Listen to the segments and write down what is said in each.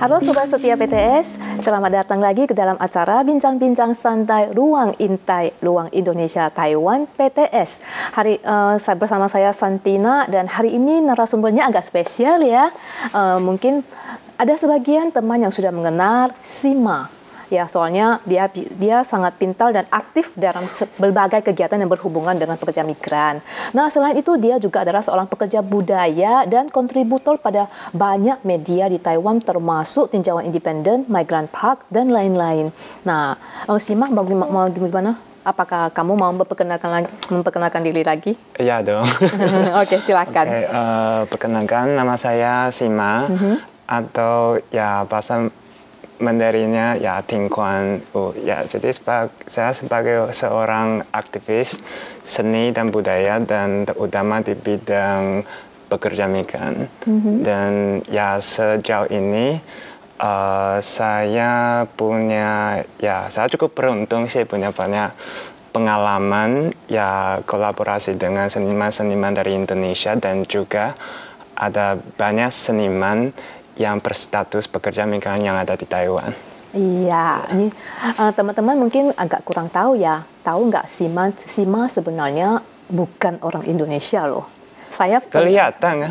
Halo Sobat Setia PTS, selamat datang lagi ke dalam acara Bincang-Bincang Santai Ruang Intai, Ruang Indonesia Taiwan PTS. Bersama saya Santina dan hari ini narasumbernya agak spesial ya. Mungkin ada sebagian teman yang sudah mengenal Sima. Ya, soalnya dia sangat pintar dan aktif dalam berbagai kegiatan yang berhubungan dengan pekerja migran. Nah, selain itu dia juga adalah seorang pekerja budaya dan kontributor pada banyak media di Taiwan termasuk tinjauan independen, Migrant Park dan lain-lain. Nah, Sima mau gimana? Apakah kamu mau memperkenalkan diri lagi? Iya dong. Oke, silakan. Perkenalkan, nama saya Sima atau ya bahasa Mandarinya ya Ting Kuan U. Ya, jadi saya sebagai seorang aktivis seni dan budaya dan terutama di bidang pekerja migran. Dan ya sejauh ini saya cukup beruntung sih punya banyak pengalaman ya kolaborasi dengan seniman-seniman dari Indonesia dan juga ada banyak seniman yang berstatus pekerja migran yang ada di Taiwan. Iya, ini teman-teman mungkin agak kurang tahu ya. Tahu nggak Sima sebenarnya bukan orang Indonesia loh. Saya kelihatan kan?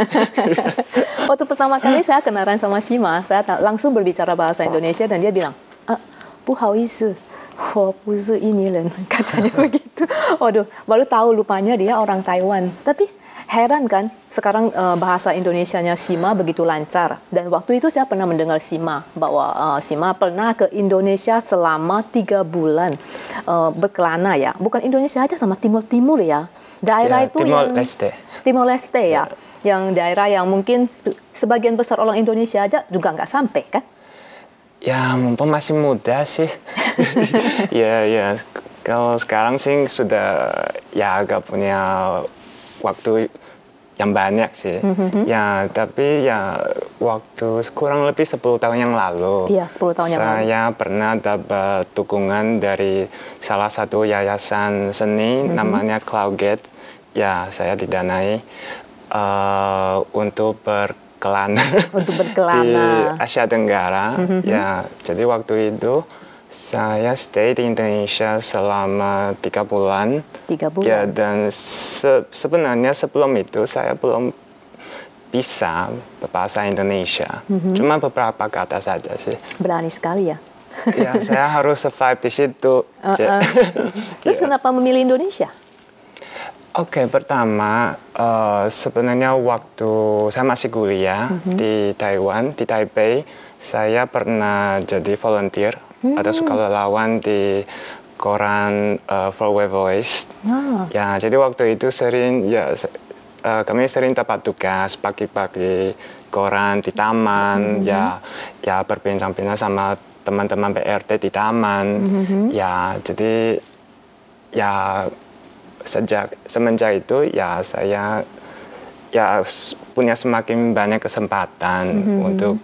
Waktu pertama kali saya kenalan sama Sima, saya langsung berbicara bahasa Indonesia dan dia bilang, "Bu好意思, 我不是印尼人," katanya begitu. Waduh, baru tahu lupanya dia orang Taiwan. Tapi heran kan, sekarang bahasa Indonesianya Sima begitu lancar. Dan waktu itu saya pernah mendengar Sima, bahwa Sima pernah ke Indonesia selama 3 bulan berkelana ya. Bukan Indonesia aja, sama Timur-Timur ya. Daerah Ya, itu Timor Leste ya. Yang daerah yang mungkin sebagian besar orang Indonesia aja juga nggak sampai kan? Ya, mumpung masih muda sih. ya. Kalau sekarang sih sudah ya agak punya waktu yang banyak sih. Ya, tapi ya waktu kurang lebih 10 tahun yang lalu. Iya, 10 tahun yang lalu. Saya pernah dapat dukungan dari salah satu yayasan seni namanya Cloudgate. Ya, saya didanai untuk berkelana di Asia Tenggara. Ya, jadi waktu itu saya stay di Indonesia selama 3 bulan. 3 bulan? Ya, dan sebenarnya sebelum itu saya belum bisa berbahasa Indonesia. Cuma beberapa kata saja sih. Berani sekali ya? Ya, saya harus survive di situ. Terus kenapa memilih Indonesia? Oke, pertama sebenarnya waktu saya masih kuliah di Taiwan, di Taipei, saya pernah jadi volunteer atau sukarelawan di koran Flower Voice. Ya, jadi waktu itu kami sering dapat tugas pagi-pagi koran di taman, ya berbincang-bincang sama teman-teman PRT di taman. Ya, jadi ya semenjak itu ya saya punya semakin banyak kesempatan untuk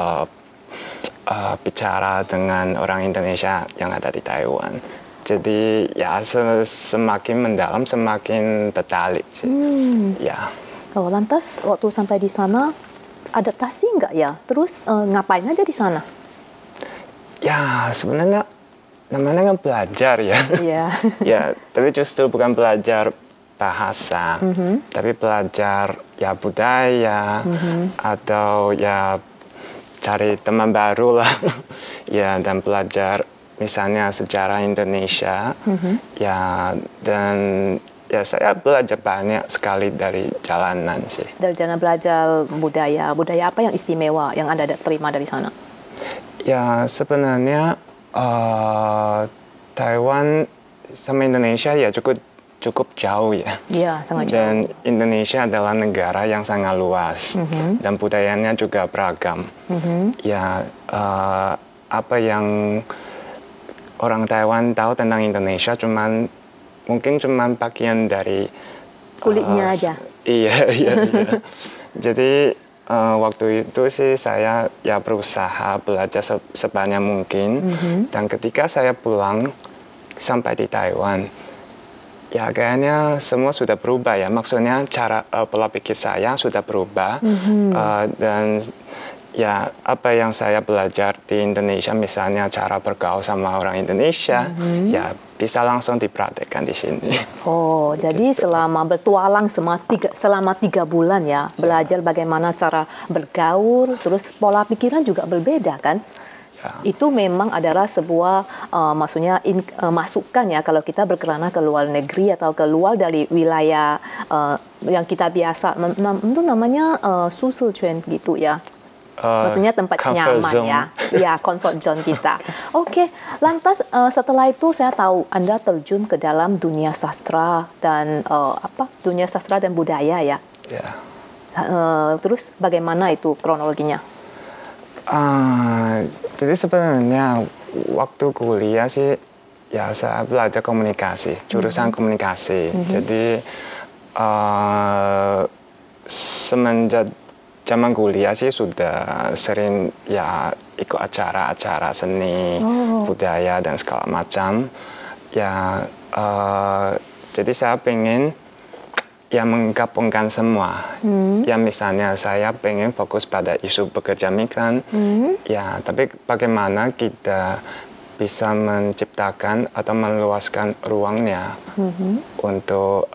bicara dengan orang Indonesia yang ada di Taiwan. Jadi ya semakin mendalam, semakin tertarik sih. Ya. Kalau lantas waktu sampai di sana adaptasi nggak ya? Terus ngapain aja di sana? Ya, sebenarnya namanya kan belajar ya. Iya. Ya, tapi justru bukan belajar bahasa, tapi belajar ya budaya atau ya cari teman baru lah. Ya, dan belajar misalnya sejarah Indonesia. Ya, dan ya saya belajar banyak sekali dari jalanan sih. Dari jalan belajar budaya apa yang istimewa yang Anda terima dari sana? Ya, sebenarnya Taiwan sama Indonesia ya cukup jauh ya. Iya, sangat jauh. Dan Indonesia adalah negara yang sangat luas dan budayanya juga beragam. Ya, apa yang orang Taiwan tahu tentang Indonesia mungkin cuman bagian dari kulitnya aja. Iya. Jadi waktu itu sih saya ya berusaha belajar sebanyak mungkin. Dan ketika saya pulang sampai di Taiwan, ya kayaknya semua sudah berubah ya. Maksudnya cara pola pikir saya sudah berubah. Dan ya apa yang saya belajar di Indonesia, misalnya cara bergaul sama orang Indonesia, ya bisa langsung dipraktekkan di sini. Oh, jadi selama bertualang selama 3 bulan ya, belajar bagaimana cara bergaul, terus pola pikiran juga berbeda kan? Ya. Itu memang adalah sebuah maksudnya masukan ya kalau kita berkelana ke luar negeri atau keluar dari wilayah yang kita biasa, itu namanya social trend gitu ya. Maksudnya tempat nyaman zone. ya, comfort zone kita. Oke, lantas setelah itu saya tahu Anda terjun ke dalam dunia sastra dan dunia sastra dan budaya ya. Ya. Terus bagaimana itu kronologinya? Jadi sebenarnya waktu kuliah sih ya saya belajar komunikasi, jurusan komunikasi. Jadi semenjak zaman kuliah sih sudah sering ya ikut acara-acara seni, budaya dan segala macam. Ya jadi saya pengen ya menggabungkan semua. Ya misalnya saya pengen fokus pada isu pekerja migran. Ya tapi bagaimana kita bisa menciptakan atau meluaskan ruangnya untuk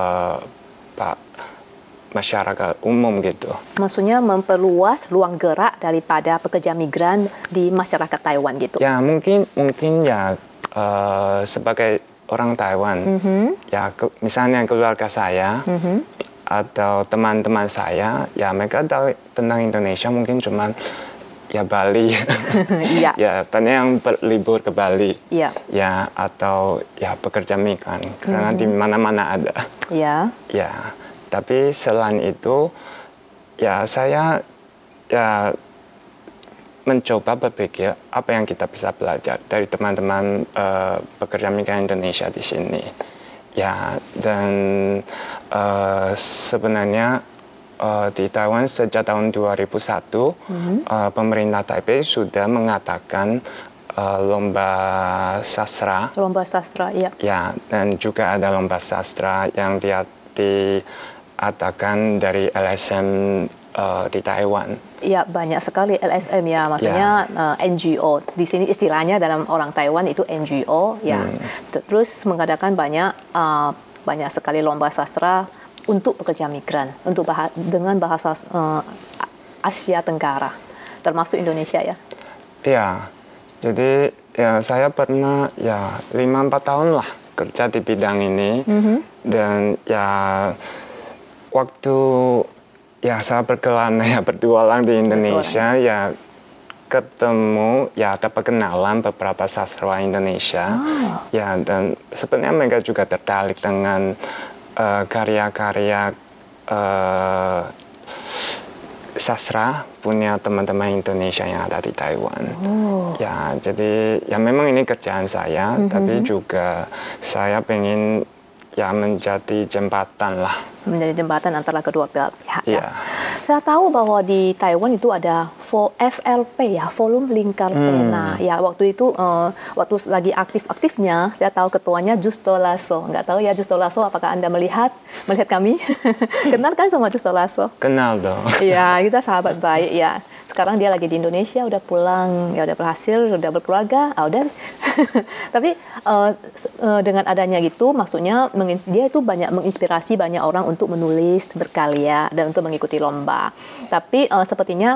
masyarakat umum gitu. Maksudnya memperluas ruang gerak daripada pekerja migran di masyarakat Taiwan gitu. Ya mungkin ya sebagai orang Taiwan, ya misalnya keluarga saya atau teman-teman saya, ya mereka tahu tentang Indonesia mungkin cuma ya Bali, ya banyak yang berlibur ke Bali, ya atau ya pekerja migran karena di mana-mana ada. Ya, tapi selain itu ya saya ya mencoba berpikir apa yang kita bisa belajar dari teman-teman pekerja migran Indonesia di sini. Ya, dan sebenarnya di Taiwan sejak tahun 2001 pemerintah Taipei sudah mengatakan lomba sastra. Lomba sastra, ya. Ya, dan juga ada lomba sastra yang diadakan dari LSM di Taiwan. Ya, banyak sekali LSM ya, maksudnya NGO. Di sini istilahnya dalam orang Taiwan itu NGO ya. Terus mengadakan banyak sekali lomba sastra untuk pekerja migran, dengan bahasa Asia Tenggara, termasuk Indonesia ya. Ya, jadi ya saya pernah ya 5-4 tahun lah kerja di bidang ini, dan ya waktu ya saya berkelana ya bertualang di Indonesia, ya ketemu ya ada perkenalan beberapa sastrawan Indonesia, ya dan sebenarnya mereka juga tertarik dengan karya-karya sastra punya teman-teman Indonesia yang ada di Taiwan. Ya jadi ya memang ini kerjaan saya, tapi juga saya pengen ya menjadi jembatan lah. Menjadi jembatan antara kedua pihak. Ya. Saya tahu bahwa di Taiwan itu ada FLP ya, volume lingkar pena. Ya, waktu itu waktu lagi aktif-aktifnya, saya tahu ketuanya Justo Lasso. Nggak tahu ya Justo Lasso, apakah Anda melihat kami? Kenal kan sama Justo Lasso? Kenal dong. Iya, kita sahabat baik ya. Sekarang dia lagi di Indonesia, udah pulang, ya udah berhasil, udah berkeluarga, udah. Tapi dengan adanya gitu, maksudnya dia itu banyak menginspirasi banyak orang untuk menulis, berkarya, dan untuk mengikuti lomba. Tapi sepertinya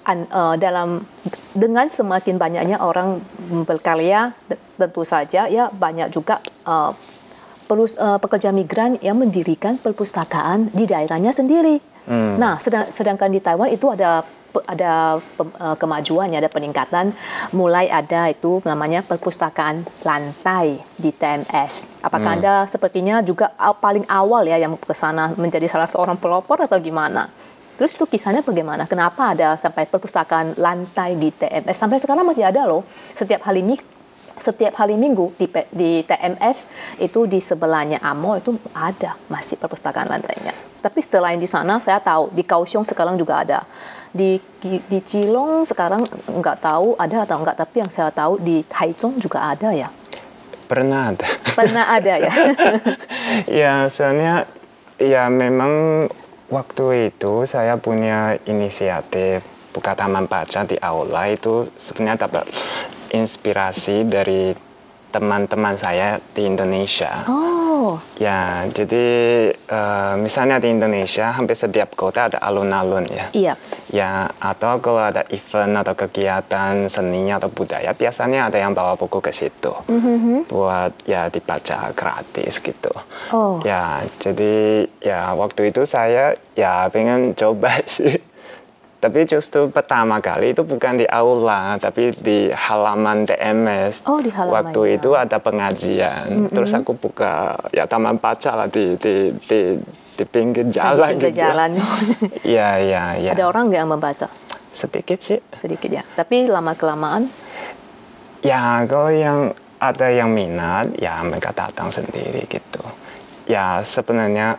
dengan semakin banyaknya orang berkarya, tentu saja ya banyak juga pekerja migran yang mendirikan perpustakaan di daerahnya sendiri. Nah, sedangkan di Taiwan itu ada kemajuan, ada peningkatan, mulai ada itu namanya perpustakaan lantai di TMS. Apakah Anda sepertinya juga paling awal ya yang ke sana menjadi salah seorang pelopor atau gimana? Terus itu kisahnya bagaimana? Kenapa ada sampai perpustakaan lantai di TMS? Sampai sekarang masih ada loh. Setiap hari Minggu di TMS itu di sebelahnya AMO itu ada masih perpustakaan lantainya. Tapi setelah di sana saya tahu di Kaohsiung sekarang juga ada. Di Keelung sekarang nggak tahu ada atau enggak, tapi yang saya tahu di Taichung juga ada ya. Pernah ada ya. Ya, soalnya ya memang waktu itu saya punya inisiatif buka taman baca di aula itu sebenarnya dapat inspirasi dari teman-teman saya di Indonesia. Oh. Ya, jadi misalnya di Indonesia hampir setiap kota ada alun-alun ya. Iya. Ya, atau kalau ada event atau kegiatan seni atau budaya, biasanya ada yang bawa buku ke situ buat ya dibaca gratis gitu. Oh. Ya, jadi ya waktu itu saya ya pengen coba sih. Tapi justru pertama kali itu bukan di aula, tapi di halaman TMS. Oh, di halaman. Waktu itu ada pengajian, terus aku buka ya taman baca lah di pinggir jalan di gitu. jalan. Iya. Ada orang nggak yang membaca? Sedikit sih. Sedikit ya. Tapi lama-kelamaan? Ya, kalau yang ada yang minat, ya mereka datang sendiri gitu. Ya, sebenarnya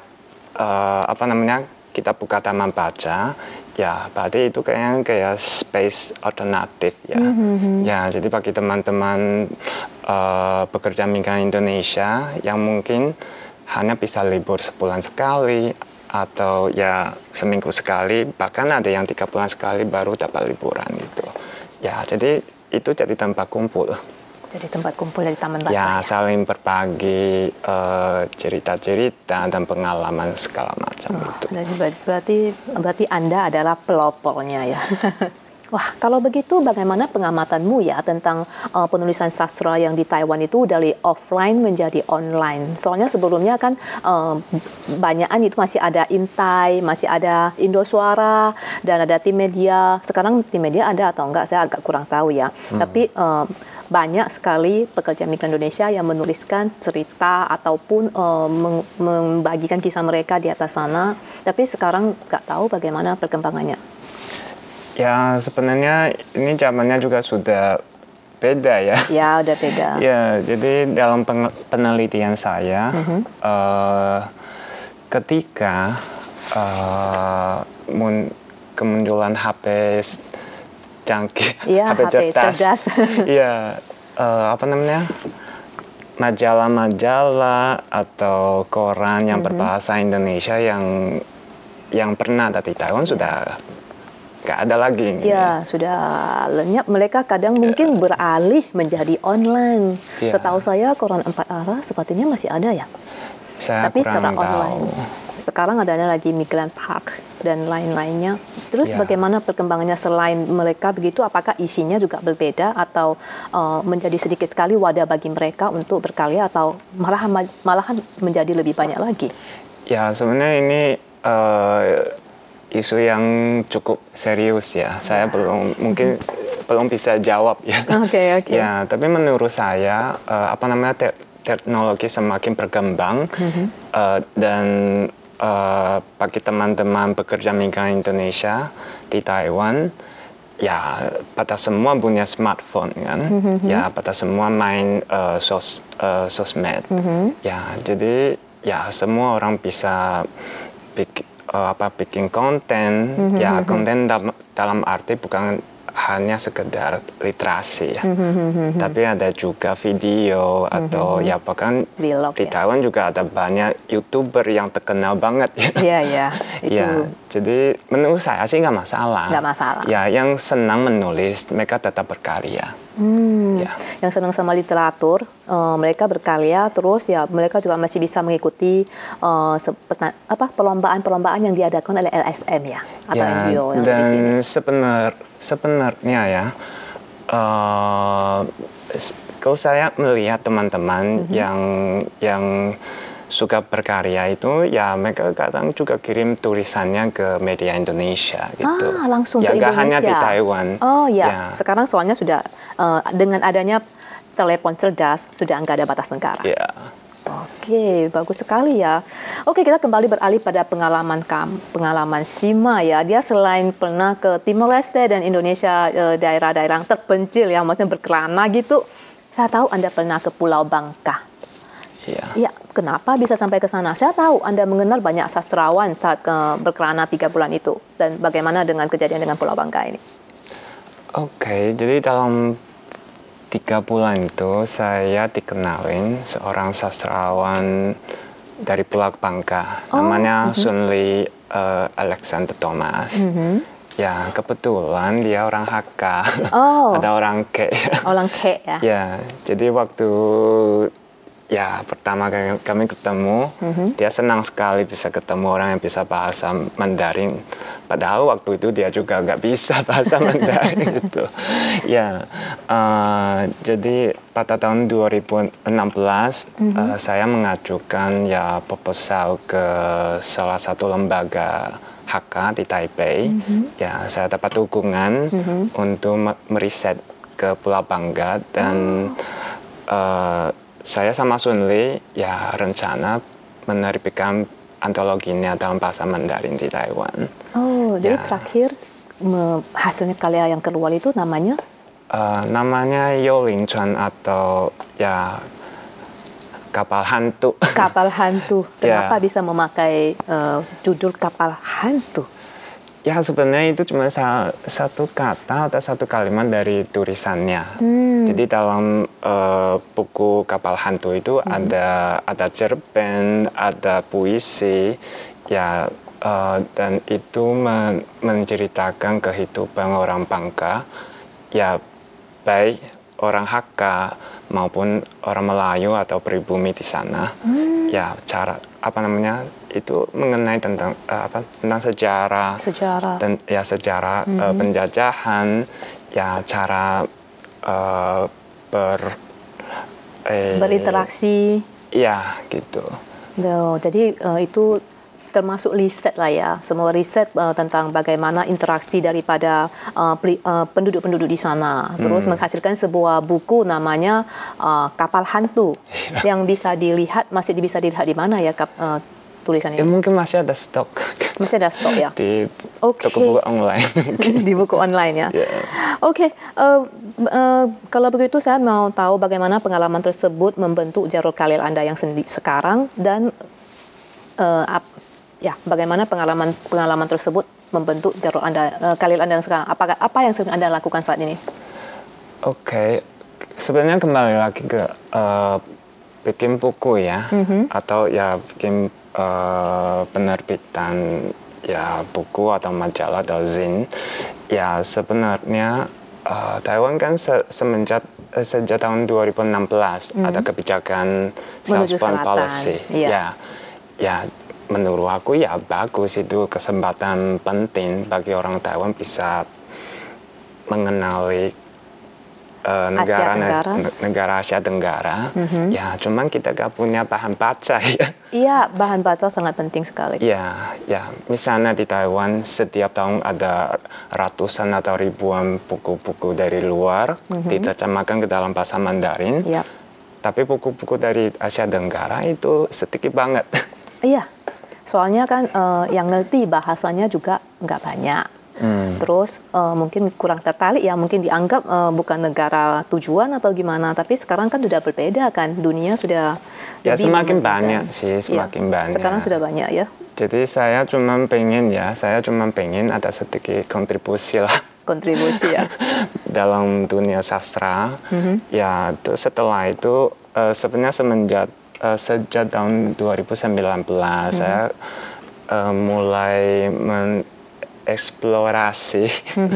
kita buka taman baca, ya berarti itu kayak space alternatif ya. Ya, jadi bagi teman-teman pekerja migran Indonesia yang mungkin hanya bisa libur sebulan sekali atau ya seminggu sekali, bahkan ada yang 3 bulan sekali baru dapat liburan gitu. Ya, jadi itu jadi tempat kumpul. Jadi tempat kumpul dari taman baca. Ya, saling berbagi cerita-cerita dan pengalaman segala macam itu. Berarti Anda adalah pelopornya ya. Wah, kalau begitu bagaimana pengamatanmu ya tentang penulisan sastra yang di Taiwan itu dari offline menjadi online? Soalnya sebelumnya kan banyakan itu masih ada Intai, masih ada Indosuara, dan ada Tim Media. Sekarang Tim Media ada atau enggak? Saya agak kurang tahu ya. Tapi banyak sekali pekerja migran Indonesia yang menuliskan cerita ataupun membagikan kisah mereka di atas sana. Tapi sekarang nggak tahu bagaimana perkembangannya. Ya, sebenarnya ini zamannya juga sudah beda ya. Ya, udah beda. Ya, jadi dalam penelitian saya, ketika kemunculan HP canggih, HP cerdas, ya, majalah-majalah atau koran yang berbahasa Indonesia yang pernah ada di Taiwan sudah nggak ada lagi. Ya, sudah lenyap. Mereka kadang mungkin beralih menjadi online. Ya. Setahu saya koran 4 arah sepertinya masih ada ya. Tapi secara online. Sekarang adanya lagi Migran Park dan lain-lainnya. Terus bagaimana perkembangannya selain mereka begitu? Apakah isinya juga berbeda atau menjadi sedikit sekali wadah bagi mereka untuk berkarya atau malahan menjadi lebih banyak lagi? Ya, sebenarnya ini isu yang cukup serius ya. Saya belum bisa jawab ya. Oke. Ya, tapi menurut saya teknologi semakin berkembang dan bagi teman-teman pekerja migran Indonesia di Taiwan, ya pada semua punya smartphone kan, ya pada semua main sosmed, ya jadi ya semua orang bisa bikin konten, ya konten dalam arti bukan hanya sekedar literasi ya, tapi ada juga video atau ya bahkan vlog, di Taiwan juga ada banyak YouTuber yang terkenal banget ya. Iya, itu. Ya, jadi menurut saya sih nggak masalah. Nggak masalah. Ya, yang senang menulis mereka tetap berkarya. Ya. Yang senang sama literatur, mereka berkarya terus ya mereka juga masih bisa mengikuti perlombaan-perlombaan yang diadakan oleh LSM ya atau ya, NGO yang dan di sini. Sebenarnya ya kalau saya melihat teman-teman yang suka berkarya itu ya mereka kadang juga kirim tulisannya ke media Indonesia gitu. Langsung ya, ke Indonesia. Gak hanya di Taiwan. Oh ya. Sekarang soalnya sudah dengan adanya telepon cerdas sudah nggak ada batas negara. Ya. Oke, bagus sekali ya. Oke, kita kembali beralih pada pengalaman Sima ya. Dia selain pernah ke Timor Leste dan Indonesia, daerah-daerah terpencil ya, maksudnya berkelana gitu. Saya tahu Anda pernah ke Pulau Bangka. Ya, kenapa bisa sampai ke sana? Saya tahu Anda mengenal banyak sastrawan saat berkelana 3 bulan itu. Dan bagaimana dengan kejadian dengan Pulau Bangka ini? Oke, jadi dalam 3 bulan itu saya dikenalin seorang sastrawan dari Pulau Bangka. Namanya Sun Lee Alexander Thomas. Ya, kebetulan dia orang Hakka. Oh. Ada orang Ke. Orang Ke ya. Ya, jadi waktu pertama kami ketemu, dia senang sekali bisa ketemu orang yang bisa bahasa Mandarin. Padahal waktu itu dia juga nggak bisa bahasa Mandarin gitu. Ya, jadi pada tahun 2016 saya mengajukan proposal ke salah satu lembaga Hakka di Taipei. Ya, saya dapat dukungan untuk meriset ke Pulau Bangka dan saya sama Sun Li rencana menerbitkan antologinya dalam bahasa Mandarin di Taiwan. Oh, jadi terakhir hasilnya karya yang keluar itu namanya? Namanya Yoling Chuan atau kapal hantu. Kapal hantu. Kenapa bisa memakai judul kapal hantu? Ya, sebenarnya itu cuma satu kata atau satu kalimat dari tulisannya. Jadi dalam buku Kapal Hantu itu ada cerpen, ada puisi, dan itu menceritakan kehidupan orang Bangka, baik orang Hakka maupun orang Melayu atau pribumi di sana. Itu mengenai tentang sejarah dan sejarah penjajahan, cara berinteraksi. Ya, gitu. Jadi itu termasuk riset lah ya, semua riset tentang bagaimana interaksi daripada penduduk-penduduk di sana. Terus menghasilkan sebuah buku namanya Kapal Hantu yang bisa dilihat, masih bisa dilihat di mana ya tulisannya? Ya, mungkin masih ada stok. Masih ada stok ya? Di toko buku online. Di buku online ya? Yeah. Oke, kalau begitu saya mau tahu bagaimana pengalaman tersebut membentuk jalur karir Anda yang sekarang dan bagaimana pengalaman tersebut membentuk jalur karir Anda yang sekarang. Apa yang sedang Anda lakukan saat ini? Oke, sebenarnya kembali lagi ke bikin buku atau bikin penerbitan buku atau majalah atau zine. Ya, sebenarnya Taiwan kan sejak tahun 2016 ada kebijakan South Foreign Policy. Ya, menurut aku bagus, itu kesempatan penting bagi orang Taiwan bisa mengenali negara Asia Tenggara. Ya, cuman kita gak punya bahan baca ya. Iya, bahan baca sangat penting sekali. Ya, misalnya di Taiwan setiap tahun ada ratusan atau ribuan buku-buku dari luar diterjemahkan ke dalam bahasa Mandarin. Tapi buku-buku dari Asia Tenggara itu sedikit banget. Iya, soalnya kan yang ngerti bahasanya juga nggak banyak. Terus mungkin kurang tertarik ya, mungkin dianggap bukan negara tujuan atau gimana. Tapi sekarang kan sudah berbeda kan, dunia sudah lebih semakin banyak sih, semakin banyak. Sekarang sudah banyak ya. Jadi saya cuma pengen ada sedikit kontribusi lah. Kontribusi ya. Dalam dunia sastra. Ya, setelah itu sebenarnya sejak tahun 2019 saya mulai eksplorasi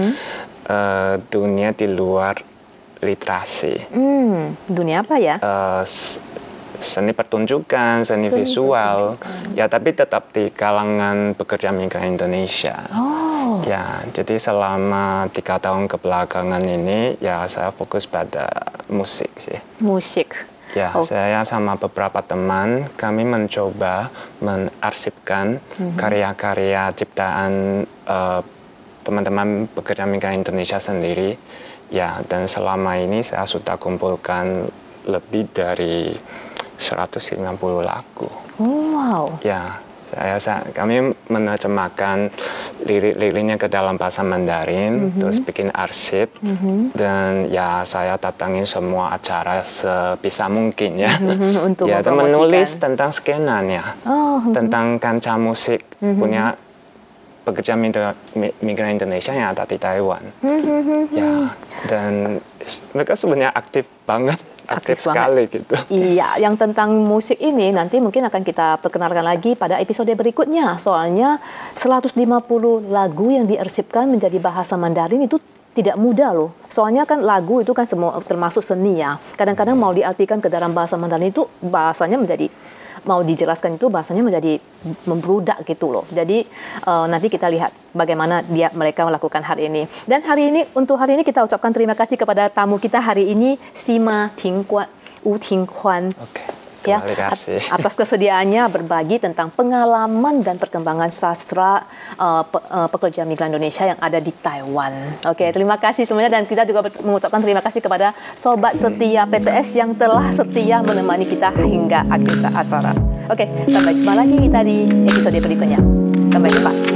dunia di luar literasi. Dunia apa ya? Seni pertunjukan, seni visual. Ya, tapi tetap di kalangan pekerja migran Indonesia. Ya, jadi selama 3 tahun kebelakangan ini saya fokus pada musik sih. Musik. Ya, saya sama beberapa teman, kami mencoba menarsipkan karya-karya ciptaan teman-teman pekerja migran Indonesia sendiri. Ya, dan selama ini saya sudah kumpulkan lebih dari 150 lagu. Wow. Ya, kami menerjemahkan lirik-liriknya ke dalam bahasa Mandarin, terus bikin arsip, dan saya datangin semua acara sebisa mungkin ya. Untuk dan menulis tentang skenanya, tentang kancah musik punya pekerja migran Indonesia yang ada di Taiwan. Ya, dan mereka sebenarnya aktif banget, aktif banget. sekali gitu. Iya, yang tentang musik ini nanti mungkin akan kita perkenalkan lagi pada episode berikutnya. Soalnya 150 lagu yang diarsipkan menjadi bahasa Mandarin itu tidak mudah loh. Soalnya kan lagu itu kan semua termasuk seni ya. Kadang-kadang mau diartikan ke dalam bahasa Mandarin itu bahasanya menjadi mau dijelaskan itu bahasanya menjadi membludak gitu loh. Jadi nanti kita lihat bagaimana mereka melakukan hari ini. Dan untuk hari ini kita ucapkan terima kasih kepada tamu kita hari ini, Sima Wu Tingquan. Ya, atas kesediaannya berbagi tentang pengalaman dan perkembangan sastra pekerja migran Indonesia yang ada di Taiwan. Oke, terima kasih semuanya dan kita juga mengucapkan terima kasih kepada sobat setia PTS yang telah setia menemani kita hingga akhir acara. Oke, sampai jumpa lagi kita di episode berikutnya. Sampai jumpa.